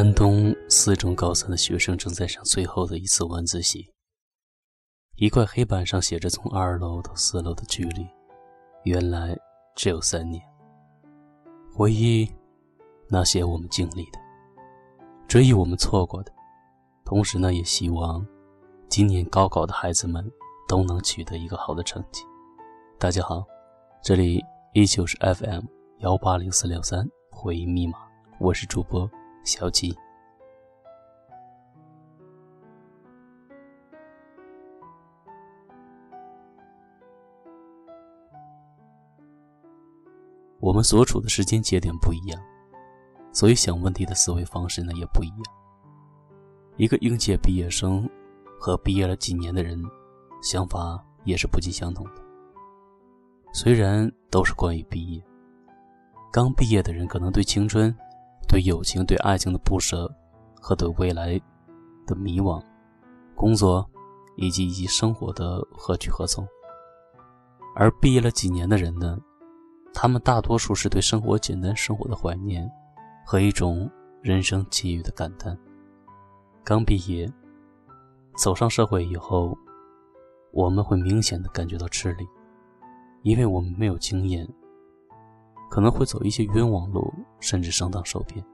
山东4中高3的学生正在上最后的一次晚自习。一块黑板上写着从2楼到4楼的距离，原来只有3年。回忆那些我们经历的，追忆我们错过的，同时呢，也希望今年高考的孩子们都能取得一个好的成绩。大家好，这里依旧是 FM 1804663回忆密码，我是主播小吉。我们所处的时间节点不一样，所以想问题的思维方式呢也不一样。一个应届毕业生和毕业了几年的人，想法也是不尽相同的。虽然都是关于毕业，刚毕业的人可能对青春、对友情、对爱情的不舍和对未来的迷惘，工作以及生活的何去何从。而毕业了几年的人呢，他们大多数是对生活简单生活的怀念和一种人生机遇的感叹。刚毕业走上社会以后，我们会明显的感觉到吃力，因为我们没有经验，可能会走一些冤枉路，甚至上当受骗。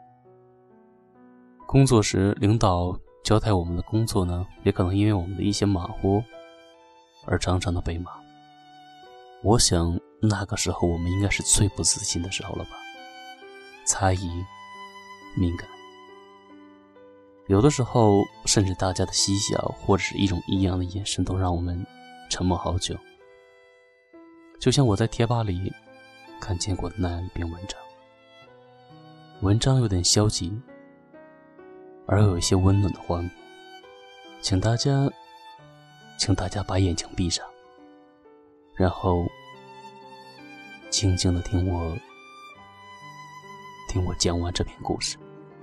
工作时领导交代我们的工作呢，也可能因为我们的一些马虎而常常的被骂。我想那个时候我们应该是最不自信的时候了吧，猜疑、敏感，有的时候甚至大家的嬉笑或者是一种异样的眼神都让我们沉默好久。就像我在贴吧里看见过的那样一篇文章有点消极，而有一些温暖的画面，请大家把眼睛闭上，然后静静地听我讲完这篇故事。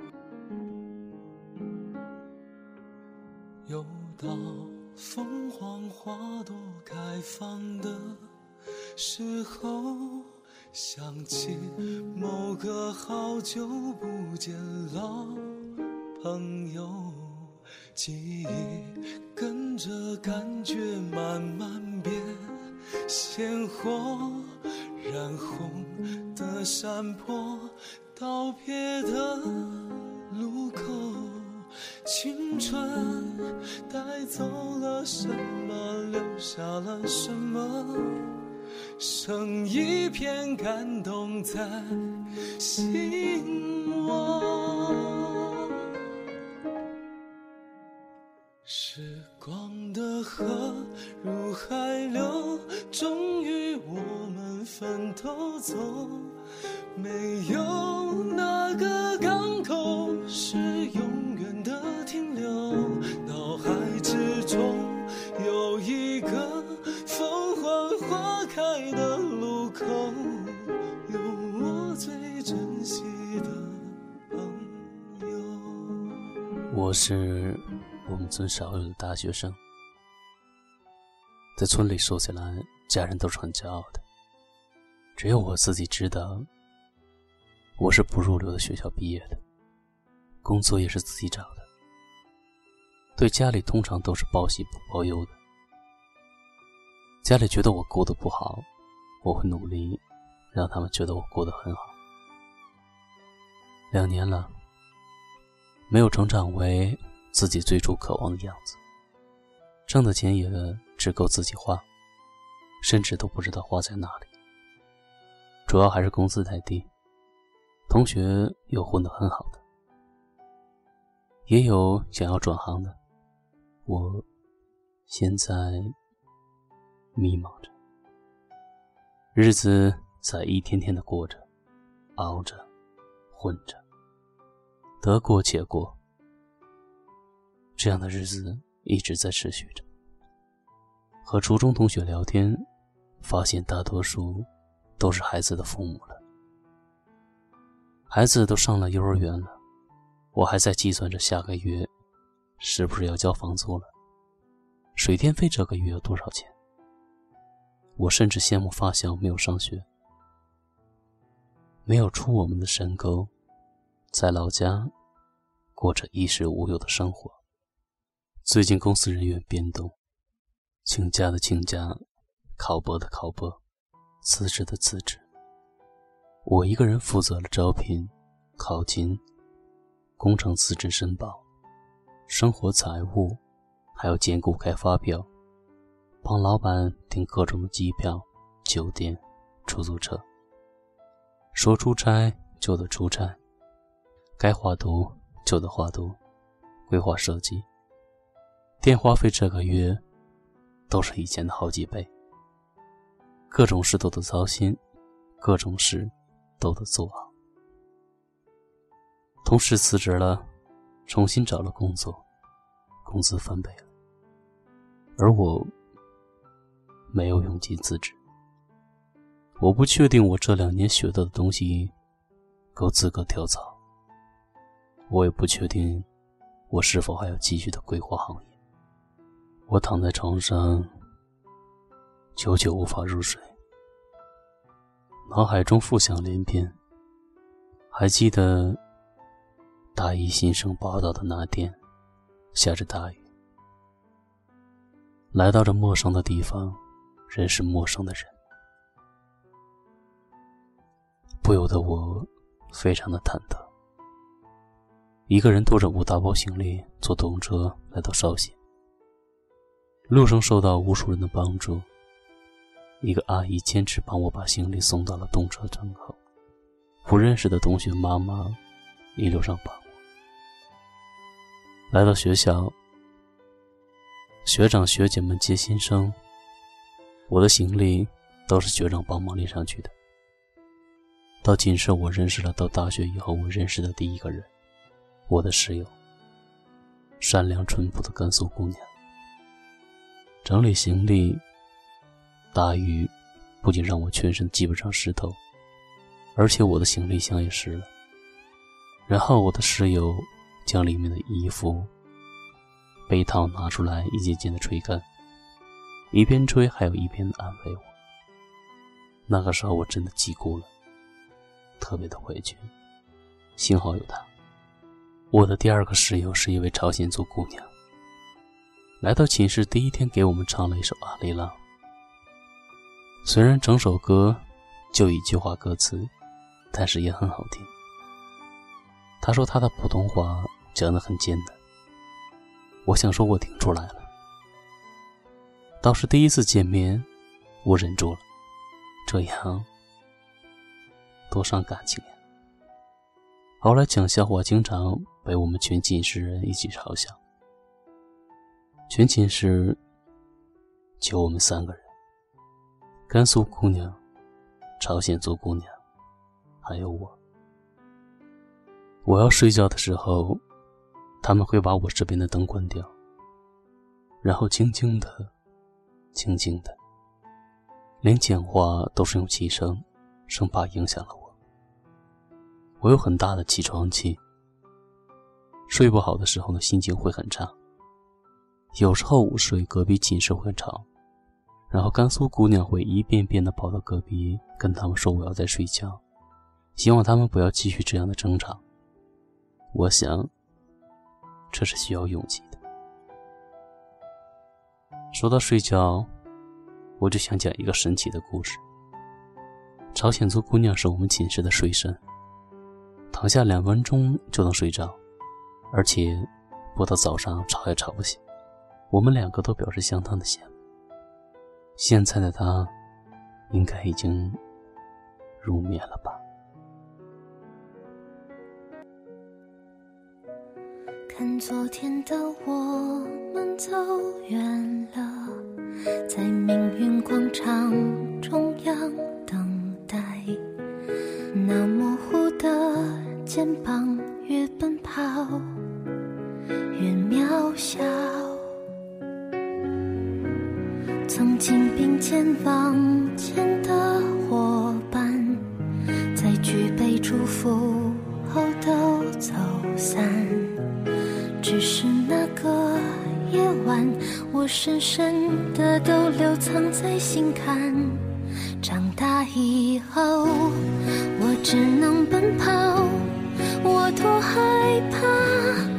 又到凤凰花朵开放的时候，想起某个好久不见老朋友，记忆跟着感觉慢慢变鲜活，染红的山坡，道别的路口，青春带走了什么，留下了什么，剩一片感动在心窝。时光的河入海流，终于我们分头走，没有那个港口是永远的停留，脑海之中有一个凤凰花开的路口，有我最珍惜的朋友。 我是我们村少有的大学生，在村里说起来，家人都是很骄傲的，只有我自己知道，我是不入流的学校毕业的，工作也是自己找的，对家里通常都是报喜不报忧的。家里觉得我过得不好，我会努力让他们觉得我过得很好。2年了，没有成长为自己最初渴望的样子，挣的钱也只够自己花，甚至都不知道花在哪里。主要还是工资太低，同学有混得很好的，也有想要转行的，我现在迷茫着，日子在一天天的过着，熬着，混着，得过且过，这样的日子一直在持续着。和初中同学聊天，发现大多数都是孩子的父母了，孩子都上了幼儿园了，我还在计算着下个月是不是要交房租了，水电费这个月有多少钱。我甚至羡慕发小没有上学，没有出我们的深沟，在老家过着衣食无忧的生活。最近公司人员变动，请假的请假，考博的考博，辞职的辞职。我一个人负责了招聘、考勤、工程资质申报、生活财务，还要兼顾开发票，帮老板订各种的机票、酒店、出租车。说出差就得出差，该画图就得画图，规划设计。电话费这个月都是以前的好几倍，各种事都得操心，各种事都得做好。同事辞职了，重新找了工作，工资翻倍了，而我没有勇气辞职。我不确定我这2年学到的东西够资格跳槽，我也不确定我是否还要继续的规划行业。我躺在床上，久久无法入睡，脑海中浮想联翩。还记得大一新生报道的那天，下着大雨，来到这陌生的地方，认识陌生的人，不由得我非常的忐忑。一个人拖着5大包行李，坐动车来到绍兴。路上受到无数人的帮助，一个阿姨坚持帮我把行李送到了动车站口，不认识的同学妈妈一路上帮我。来到学校，学长学姐们接新生，我的行李都是学长帮忙拎上去的。到寝室，我认识了到大学以后我认识的第一个人，我的室友，善良淳朴的甘肃姑娘。整理行李，大雨不仅让我全身基本上湿透，而且我的行李箱也湿了。然后我的室友将里面的衣服、被套拿出来一件件的吹干，一边吹还有一边安慰我。那个时候我真的急哭了，特别的委屈，幸好有他。我的第2个室友是一位朝鲜族姑娘，来到寝室第1天给我们唱了一首《阿里郎》，虽然整首歌就1句话歌词，但是也很好听。她说她的普通话讲得很艰难，我想说我听出来了。倒是第1次见面，我忍住了，这样多伤感情呀。后来讲笑话经常被我们全寝室人一起嘲笑，全寝室就我们3个人，甘肃姑娘、朝鲜族姑娘，还有我。我要睡觉的时候，他们会把我这边的灯关掉，然后轻轻的连讲话都是用气声，生怕影响了我。我有很大的起床气，睡不好的时候呢，心情会很差。有时候午睡隔壁寝室会吵，然后甘肃姑娘会一遍遍地跑到隔壁跟他们说我要在睡觉，希望他们不要继续这样的争吵。我想这是需要勇气的。说到睡觉，我就想讲一个神奇的故事。朝鲜族姑娘是我们寝室的睡神，躺下2分钟就能睡着，而且不到早上吵也吵不醒。我们2个都表示相当的羡慕。现在的她应该已经入眠了吧。 看昨天的我们走远了，在命运广场中央等待，那模糊的肩膀越奔跑越渺小，曾经并肩往前的伙伴，在举杯祝福后都走散，只是那个夜晚，我深深的都留藏在心坎。长大以后，我只能奔跑，我多害怕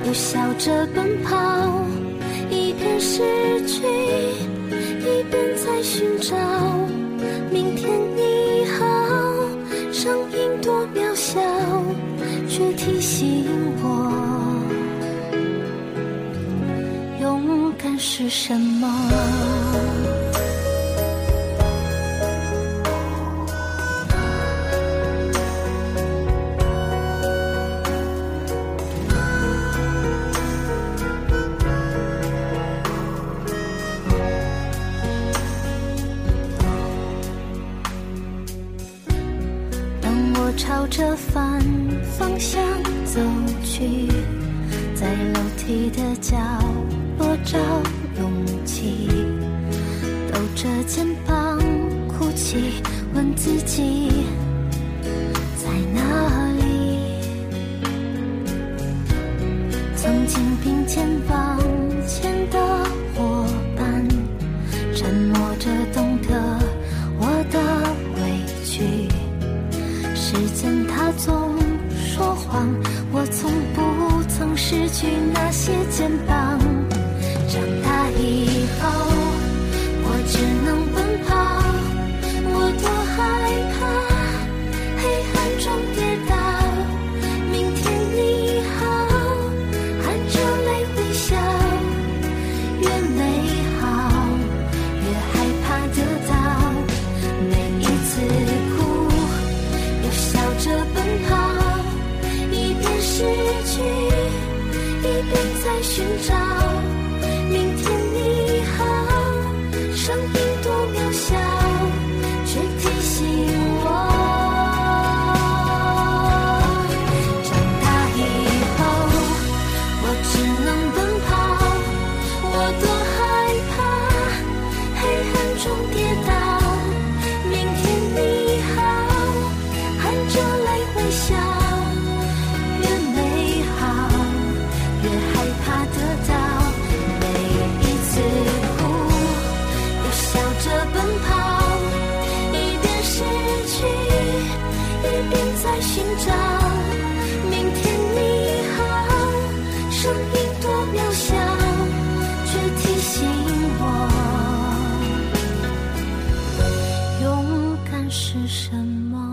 又笑着奔跑，一边失去，一边在寻找明天你好。声音多渺小，却提醒我，勇敢是什么。朝着反方向走去，在楼梯的角落找勇气，抖着肩膀哭泣，问自己在哪里。曾经并肩往前的伙伴，沉默着懂得我的委屈。时间它总说谎，我从不曾失去那些肩膀。长大以后，我只能奔跑，我多害怕黑暗中跌倒。明天你好，含着泪微笑，越美好越害怕得到。每一次哭笑着奔跑，一边失去，一边在寻找明天你好。声音多渺小，却提醒我，长大以后我只能奔跑，我多害怕黑暗中跌倒。明天你好，含着泪微笑，越美好越害怕得到。每一次哭又笑着奔跑，一边失去，一边在寻找明天你好。声音多渺小，却提醒我，勇敢是什么。